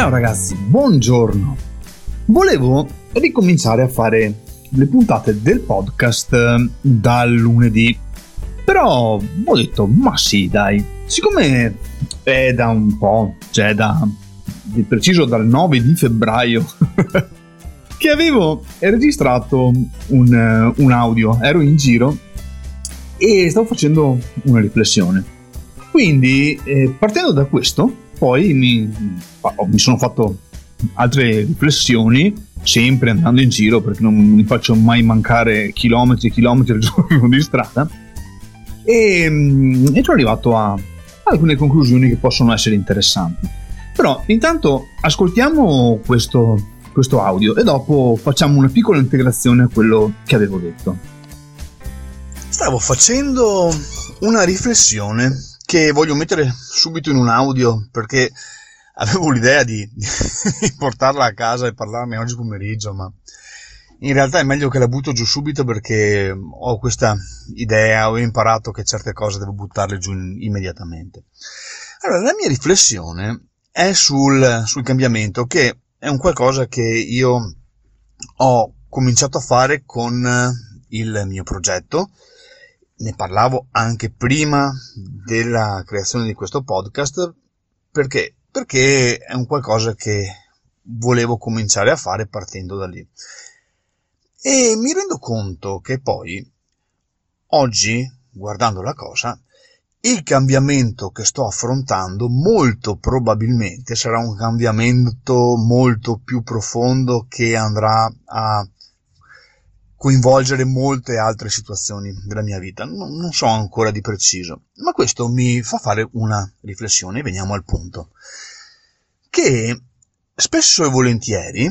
Ciao ragazzi, buongiorno. Volevo ricominciare a fare le puntate del podcast dal lunedì, però ho detto, ma sì dai, siccome è da un po', cioè di preciso dal 9 di febbraio, che avevo registrato un audio, ero in giro e stavo facendo una riflessione. Quindi, partendo da questo, poi mi sono fatto altre riflessioni, sempre andando in giro, perché non mi faccio mai mancare chilometri e chilometri al giorno di strada, e sono arrivato a alcune conclusioni che possono essere interessanti. Però intanto ascoltiamo questo audio e dopo facciamo una piccola integrazione a quello che avevo detto. Stavo facendo una riflessione che voglio mettere subito in un audio, perché avevo l'idea di portarla a casa e parlarne oggi pomeriggio, ma in realtà è meglio che la butto giù subito, perché ho questa idea, ho imparato che certe cose devo buttarle giù immediatamente. Allora, la mia riflessione è sul cambiamento, che è un qualcosa che io ho cominciato a fare con il mio progetto. Ne parlavo anche prima della creazione di questo podcast, perché è un qualcosa che volevo cominciare a fare partendo da lì. E mi rendo conto che poi, oggi, guardando la cosa, il cambiamento che sto affrontando molto probabilmente sarà un cambiamento molto più profondo, che andrà a coinvolgere molte altre situazioni della mia vita. Non so ancora di preciso, ma questo mi fa fare una riflessione. Veniamo al punto, che spesso e volentieri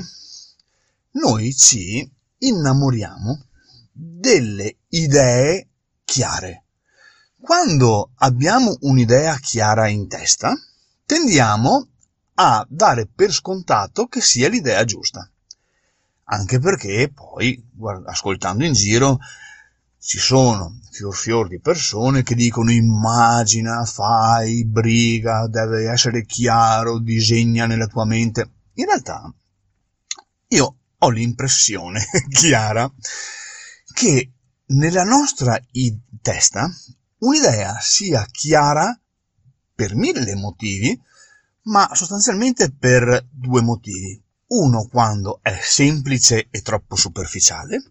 noi ci innamoriamo delle idee chiare. Quando abbiamo un'idea chiara in testa, tendiamo a dare per scontato che sia l'idea giusta. Anche perché poi, ascoltando in giro, ci sono fior di persone che dicono: immagina, fai, briga, deve essere chiaro, disegna nella tua mente. In realtà io ho l'impressione chiara che nella nostra testa un'idea sia chiara per 1000 motivi, ma sostanzialmente per 2 motivi. Uno, quando è semplice e troppo superficiale,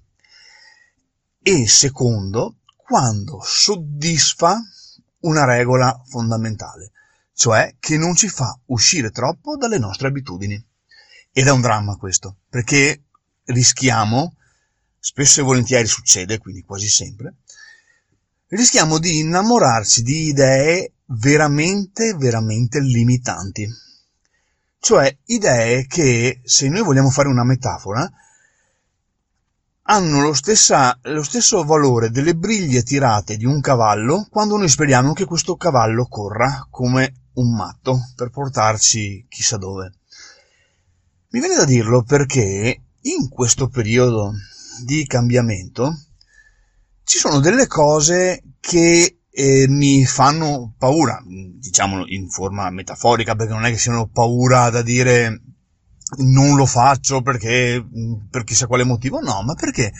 e secondo, quando soddisfa una regola fondamentale, cioè che non ci fa uscire troppo dalle nostre abitudini. Ed è un dramma questo, perché rischiamo, spesso e volentieri succede, quindi quasi sempre, rischiamo di innamorarci di idee veramente limitanti. Cioè idee che, se noi vogliamo fare una metafora, hanno lo stesso valore delle briglie tirate di un cavallo quando noi speriamo che questo cavallo corra come un matto per portarci chissà dove. Mi viene da dirlo perché in questo periodo di cambiamento ci sono delle cose che mi fanno paura, diciamolo in forma metaforica, perché non è che siano paura da dire non lo faccio perché per chissà quale motivo, no, ma perché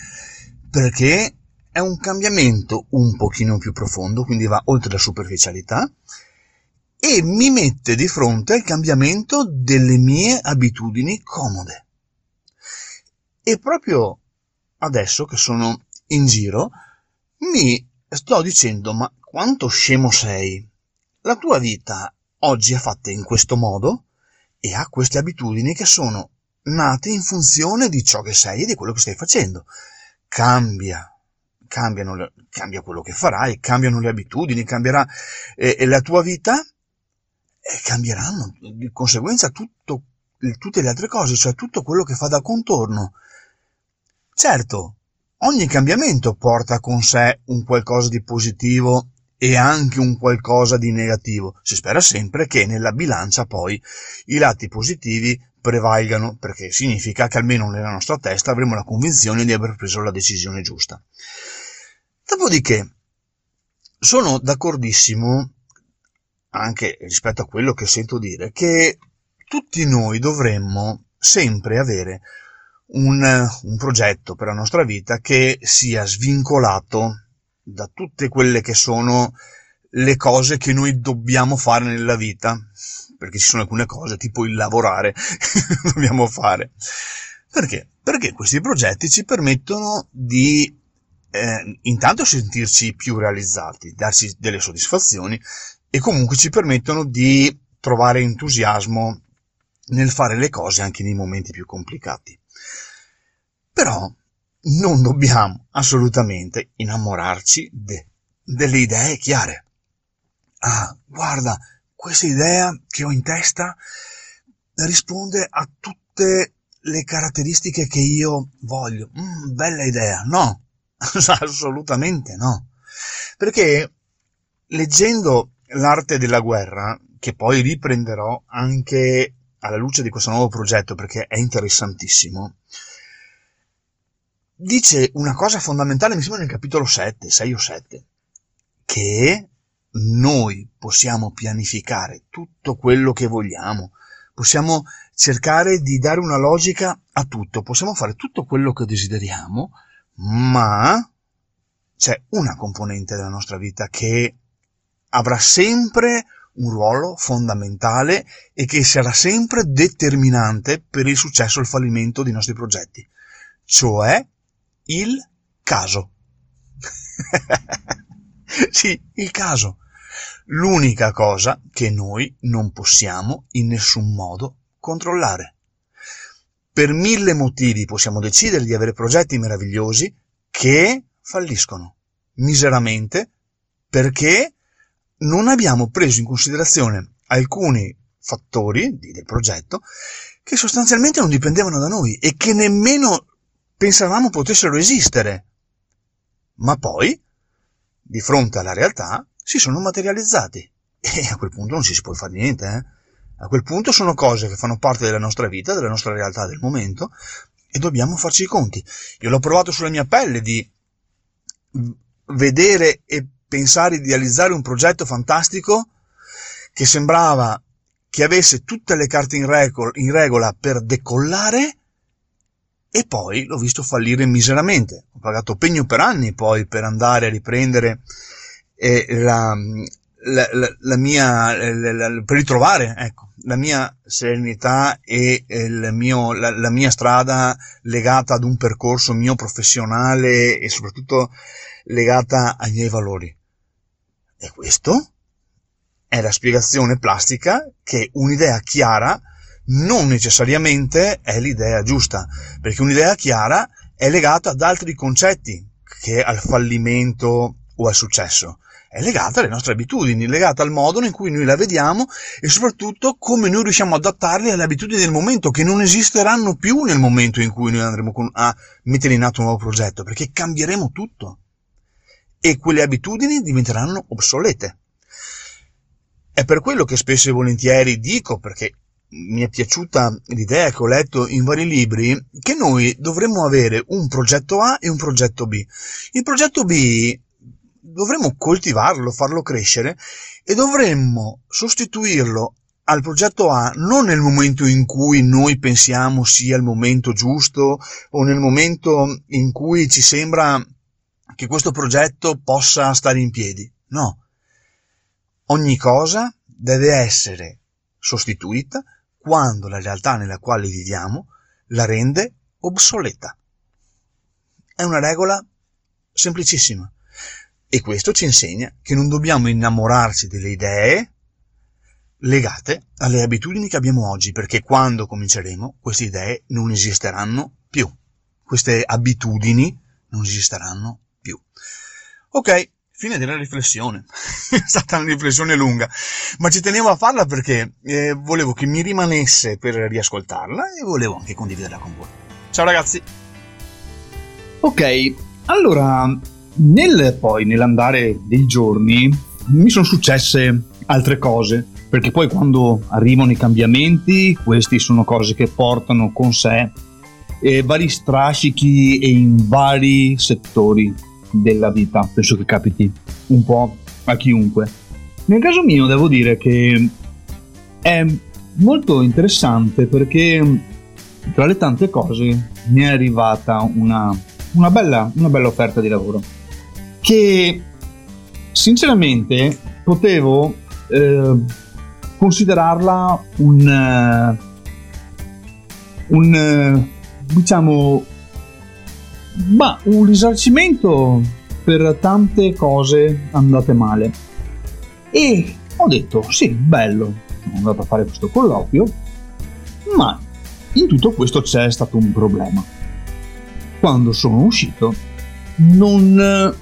è un cambiamento un pochino più profondo, quindi va oltre la superficialità e mi mette di fronte al cambiamento delle mie abitudini comode. E proprio adesso che sono in giro mi sto dicendo: ma quanto scemo sei? La tua vita oggi è fatta in questo modo e ha queste abitudini che sono nate in funzione di ciò che sei e di quello che stai facendo. Cambia quello che farai, cambiano le abitudini, cambierà la tua vita e cambieranno di conseguenza tutte le altre cose, cioè tutto quello che fa da contorno. Certo, ogni cambiamento porta con sé un qualcosa di positivo e anche un qualcosa di negativo. Si spera sempre che nella bilancia poi i lati positivi prevalgano, perché significa che almeno nella nostra testa avremo la convinzione di aver preso la decisione giusta. Dopodiché sono d'accordissimo anche rispetto a quello che sento dire, che tutti noi dovremmo sempre avere un progetto per la nostra vita che sia svincolato da tutte quelle che sono le cose che noi dobbiamo fare nella vita, perché ci sono alcune cose, tipo il lavorare, che dobbiamo fare. Perché? Perché questi progetti ci permettono di intanto sentirci più realizzati, darci delle soddisfazioni, e comunque ci permettono di trovare entusiasmo nel fare le cose anche nei momenti più complicati. Però non dobbiamo assolutamente innamorarci delle idee chiare. Ah, guarda, questa idea che ho in testa risponde a tutte le caratteristiche che io voglio. Bella idea. No, assolutamente no. Perché leggendo L'arte della guerra, che poi riprenderò anche alla luce di questo nuovo progetto perché è interessantissimo, dice una cosa fondamentale, mi sembra nel capitolo 7, 6 o 7, che noi possiamo pianificare tutto quello che vogliamo, possiamo cercare di dare una logica a tutto, possiamo fare tutto quello che desideriamo, ma c'è una componente della nostra vita che avrà sempre un ruolo fondamentale e che sarà sempre determinante per il successo o il fallimento dei nostri progetti, cioè il caso. Sì, il caso. L'unica cosa che noi non possiamo in nessun modo controllare. Per 1000 motivi possiamo decidere di avere progetti meravigliosi che falliscono miseramente perché non abbiamo preso in considerazione alcuni fattori del progetto che sostanzialmente non dipendevano da noi e che nemmeno pensavamo potessero esistere. Ma poi, di fronte alla realtà, si sono materializzati. E a quel punto non si può fare niente, A quel punto sono cose che fanno parte della nostra vita, della nostra realtà del momento, e dobbiamo farci i conti. Io l'ho provato sulla mia pelle di vedere e pensare di realizzare un progetto fantastico che sembrava che avesse tutte le carte in regola per decollare, e poi l'ho visto fallire miseramente. Ho pagato pegno per anni poi per andare a riprendere la mia per ritrovare, ecco, la mia serenità e la mia strada legata ad un percorso mio professionale e soprattutto legata ai miei valori. E questo è la spiegazione plastica che un'idea chiara non necessariamente è l'idea giusta, perché un'idea chiara è legata ad altri concetti che al fallimento o al successo. È legata alle nostre abitudini, legata al modo in cui noi la vediamo e soprattutto come noi riusciamo ad adattarli alle abitudini del momento, che non esisteranno più nel momento in cui noi andremo a mettere in atto un nuovo progetto, perché cambieremo tutto e quelle abitudini diventeranno obsolete. È per quello che spesso e volentieri dico, perché mi è piaciuta l'idea che ho letto in vari libri, che noi dovremmo avere un progetto A e un progetto B. Il progetto B dovremmo coltivarlo, farlo crescere e dovremmo sostituirlo al progetto A non nel momento in cui noi pensiamo sia il momento giusto o nel momento in cui ci sembra che questo progetto possa stare in piedi. No. Ogni cosa deve essere sostituita quando la realtà nella quale viviamo la rende obsoleta. È una regola semplicissima. E questo ci insegna che non dobbiamo innamorarci delle idee legate alle abitudini che abbiamo oggi, perché quando cominceremo queste idee non esisteranno più. Queste abitudini non esisteranno più. Ok, fine della riflessione. È stata una riflessione lunga, ma ci tenevo a farla perché volevo che mi rimanesse per riascoltarla e volevo anche condividerla con voi. Ciao ragazzi! Ok, allora nell'andare dei giorni mi sono successe altre cose, perché poi quando arrivano i cambiamenti, questi sono cose che portano con sé vari strascichi e in vari settori della vita. Penso che capiti un po' a chiunque. Nel caso mio devo dire che è molto interessante perché tra le tante cose mi è arrivata una bella offerta di lavoro che sinceramente potevo considerarla un risarcimento per tante cose andate male, e ho detto sì, bello, sono andato a fare questo colloquio, ma in tutto questo c'è stato un problema. Quando sono uscito non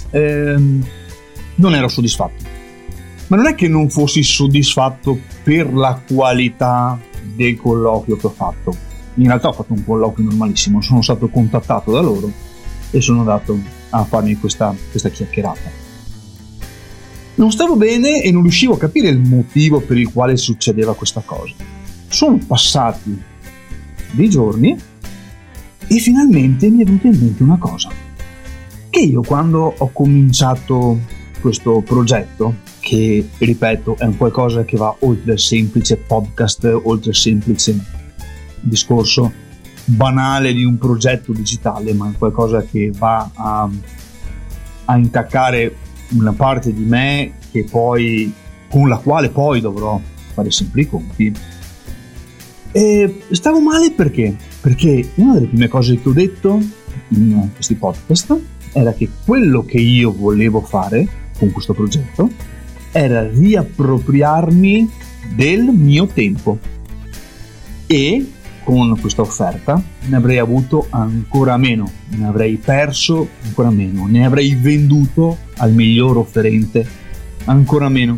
ero soddisfatto, ma non è che non fossi soddisfatto per la qualità del colloquio che ho fatto. In realtà ho fatto un colloquio normalissimo, sono stato contattato da loro e sono andato a farmi questa chiacchierata. Non stavo bene e non riuscivo a capire il motivo per il quale succedeva questa cosa. Sono passati dei giorni e finalmente mi è venuta in mente una cosa, che io quando ho cominciato questo progetto, che ripeto è un qualcosa che va oltre il semplice podcast, oltre il semplice discorso banale di un progetto digitale, ma è qualcosa che va a intaccare una parte di me che poi, con la quale poi dovrò fare sempre i conti. E stavo male perché una delle prime cose che ho detto in questi podcast era che quello che io volevo fare con questo progetto era riappropriarmi del mio tempo, e con questa offerta ne avrei avuto ancora meno, ne avrei perso ancora meno, ne avrei venduto al miglior offerente ancora meno.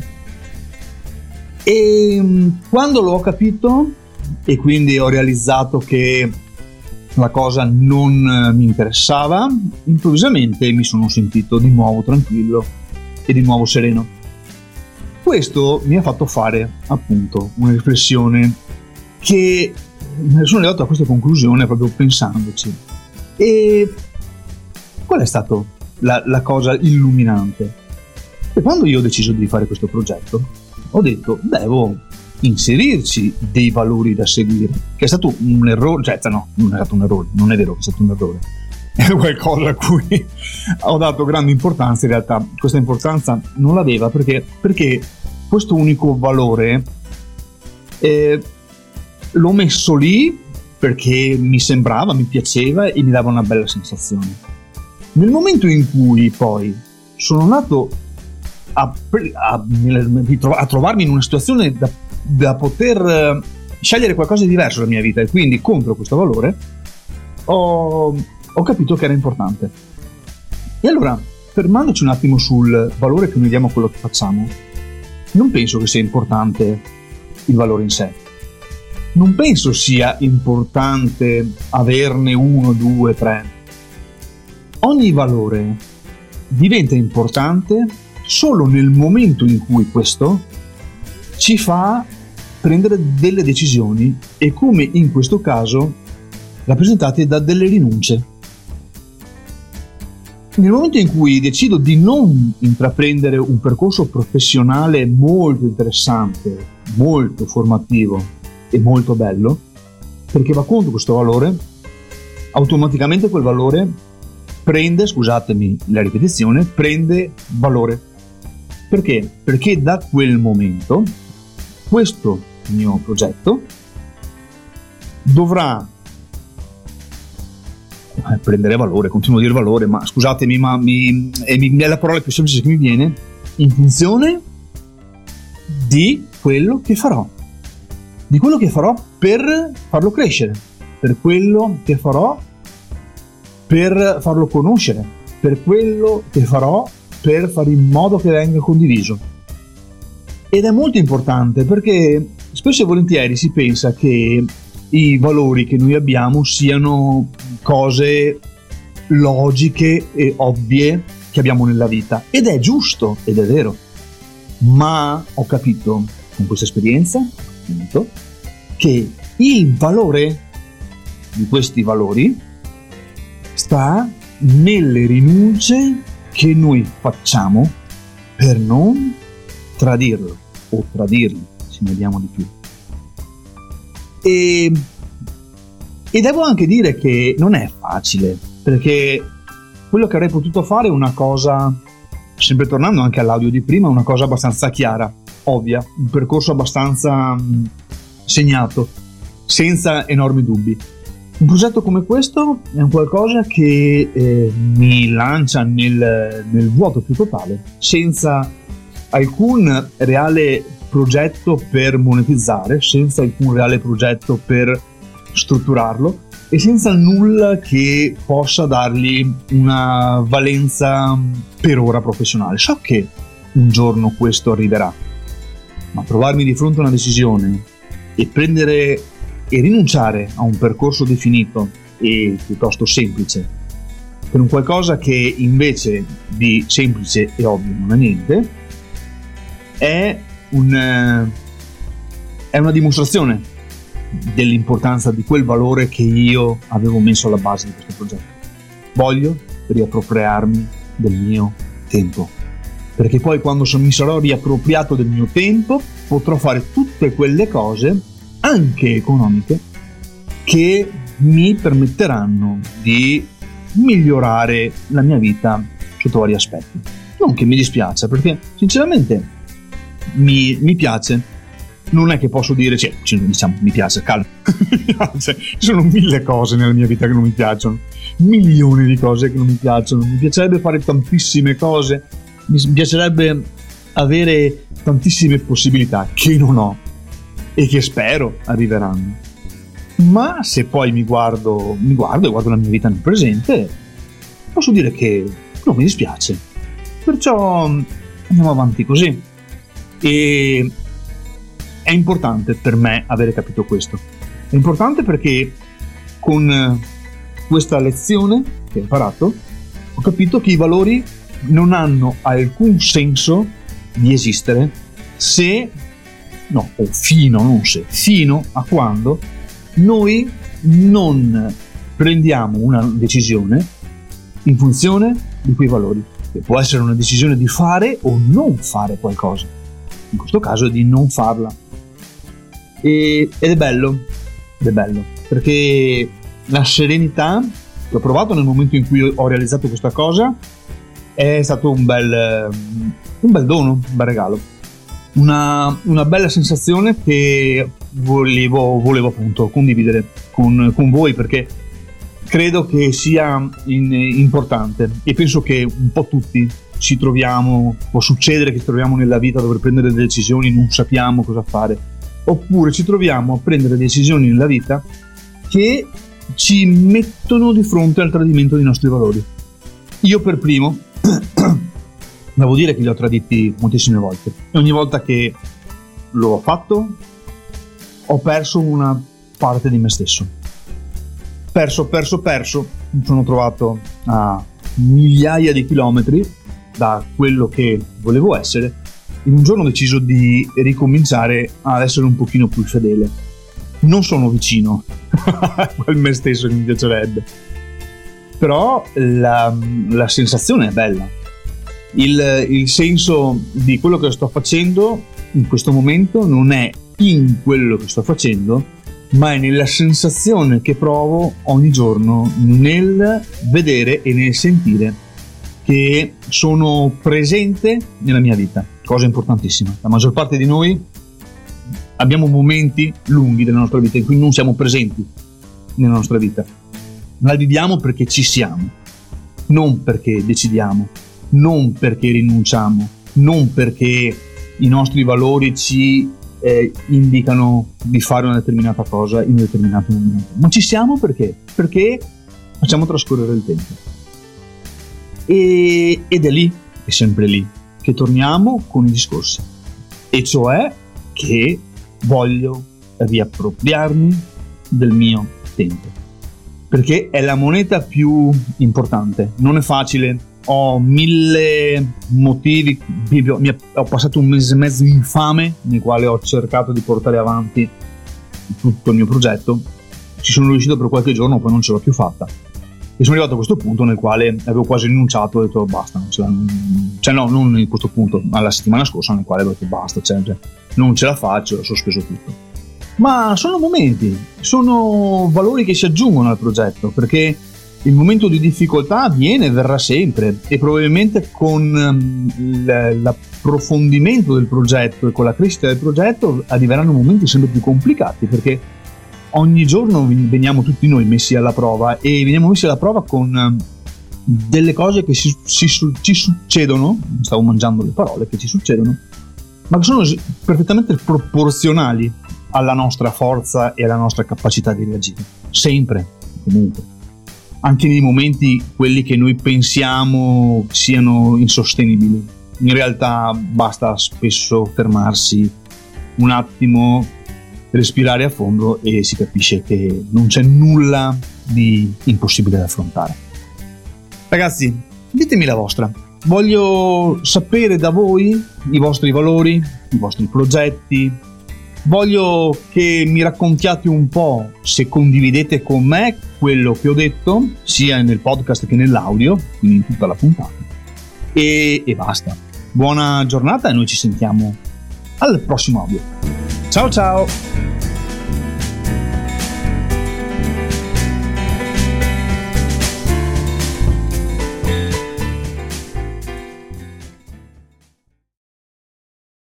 E quando l'ho capito e quindi ho realizzato che la cosa non mi interessava, improvvisamente mi sono sentito di nuovo tranquillo e di nuovo sereno. Questo mi ha fatto fare appunto una riflessione che sono arrivato a questa conclusione proprio pensandoci. E qual è stata la cosa illuminante? E quando io ho deciso di fare questo progetto, ho detto devo inserirci dei valori da seguire, che è stato un errore, non è stato un errore, non è vero che è stato un errore, è qualcosa a cui ho dato grande importanza. In realtà questa importanza non l'aveva perché questo unico valore l'ho messo lì perché mi sembrava, mi piaceva e mi dava una bella sensazione. Nel momento in cui poi sono andato a trovarmi in una situazione da poter scegliere qualcosa di diverso dalla mia vita e quindi contro questo valore, ho capito che era importante. E allora, fermandoci un attimo sul valore che noi diamo a quello che facciamo, non penso che sia importante il valore in sé. Non penso sia importante averne 1, 2, 3. Ogni valore diventa importante solo nel momento in cui questo ci fa prendere delle decisioni, e come in questo caso rappresentate da delle rinunce. Nel momento in cui decido di non intraprendere un percorso professionale molto interessante, molto formativo e molto bello, perché va contro questo valore, automaticamente quel valore prende, scusatemi la ripetizione, prende valore. Perché? Perché da quel momento questo mio progetto dovrà prendere valore, continuo a dire valore, ma scusatemi, ma è la parola più semplice che mi viene, in funzione di quello che farò, di quello che farò per farlo crescere, per quello che farò per farlo conoscere, per quello che farò per fare in modo che venga condiviso. Ed è molto importante perché spesso e volentieri si pensa che i valori che noi abbiamo siano cose logiche e ovvie che abbiamo nella vita, ed è giusto ed è vero, ma ho capito con questa esperienza appunto che il valore di questi valori sta nelle rinunce che noi facciamo per non tradirlo o tradirli, se ne abbiamo di più. E devo anche dire che non è facile, perché quello che avrei potuto fare è una cosa, sempre tornando anche all'audio di prima, una cosa abbastanza chiara, ovvia, un percorso abbastanza segnato, senza enormi dubbi. Un progetto come questo è un qualcosa che mi lancia nel vuoto più totale, senza alcun reale progetto per monetizzare, senza alcun reale progetto per strutturarlo e senza nulla che possa dargli una valenza per ora professionale. So che un giorno questo arriverà, ma trovarmi di fronte a una decisione e prendere e rinunciare a un percorso definito e piuttosto semplice per un qualcosa che invece di semplice e ovvio non ha niente è una dimostrazione dell'importanza di quel valore che io avevo messo alla base di questo progetto. Voglio riappropriarmi del mio tempo, perché poi quando mi sarò riappropriato del mio tempo potrò fare tutte quelle cose anche economiche che mi permetteranno di migliorare la mia vita sotto vari aspetti. Non che mi dispiace, perché sinceramente mi piace. Non è che posso dire, diciamo, mi piace, calma. Ci sono 1000 cose nella mia vita che non mi piacciono, milioni di cose che non mi piacciono. Mi piacerebbe fare tantissime cose, mi piacerebbe avere tantissime possibilità che non ho e che spero arriveranno. Ma se poi mi guardo e guardo la mia vita nel presente, posso dire che non mi dispiace. Perciò andiamo avanti così. E è importante per me avere capito questo. È importante perché con questa lezione che ho imparato ho capito che i valori non hanno alcun senso di esistere fino a quando noi non prendiamo una decisione in funzione di quei valori, che può essere una decisione di fare o non fare qualcosa. In questo caso è di non farla. Ed è bello, perché la serenità che ho provato nel momento in cui ho realizzato questa cosa è stato un bel dono, un bel regalo, una bella sensazione che volevo appunto condividere con voi, perché credo che sia importante e penso che un po' tutti ci troviamo, può succedere che ci troviamo nella vita a dover prendere delle decisioni, non sappiamo cosa fare, oppure ci troviamo a prendere decisioni nella vita che ci mettono di fronte al tradimento dei nostri valori. Io per primo devo dire che li ho traditi moltissime volte e ogni volta che l'ho fatto ho perso una parte di me stesso. Perso, mi sono trovato a migliaia di chilometri da quello che volevo essere. In un giorno ho deciso di ricominciare ad essere un pochino più fedele. Non sono vicino a quel me stesso che mi piacerebbe, però la sensazione è bella. Il senso di quello che sto facendo in questo momento non è in quello che sto facendo, ma è nella sensazione che provo ogni giorno nel vedere e nel sentire che sono presente nella mia vita. Cosa importantissima. La maggior parte di noi abbiamo momenti lunghi della nostra vita in cui non siamo presenti nella nostra vita. La viviamo perché ci siamo, non perché decidiamo, non perché rinunciamo, non perché i nostri valori ci indicano di fare una determinata cosa in un determinato momento, ma ci siamo perché facciamo trascorrere il tempo. Ed è lì, è sempre lì, che torniamo con i discorsi, e cioè che voglio riappropriarmi del mio tempo, perché è la moneta più importante. Non è facile, ho 1000 motivi, ho passato un mese e mezzo infame nel quale ho cercato di portare avanti tutto il mio progetto. Ci sono riuscito per qualche giorno, poi non ce l'ho più fatta e sono arrivato a questo punto nel quale avevo quasi rinunciato, ho detto basta, non in questo punto, alla settimana scorsa nel quale ho detto basta, non ce la faccio, ho sospeso tutto. ma sono momenti, sono valori che si aggiungono al progetto, perché il momento di difficoltà viene e verrà sempre, e probabilmente con l'approfondimento del progetto e con la crescita del progetto arriveranno momenti sempre più complicati, perché ogni giorno veniamo tutti noi messi alla prova, e veniamo messi alla prova con delle cose che ci succedono, stavo mangiando le parole, che ci succedono, ma che sono perfettamente proporzionali alla nostra forza e alla nostra capacità di reagire, sempre, comunque, anche nei momenti quelli che noi pensiamo siano insostenibili. In realtà basta spesso fermarsi un attimo, respirare a fondo, e si capisce che non c'è nulla di impossibile da affrontare. Ragazzi, ditemi la vostra. Voglio sapere da voi i vostri valori, i vostri progetti. Voglio che mi raccontiate un po', se condividete con me quello che ho detto, sia nel podcast che nell'audio, quindi in tutta la puntata. E basta. Buona giornata, e noi ci sentiamo al prossimo audio. Ciao ciao!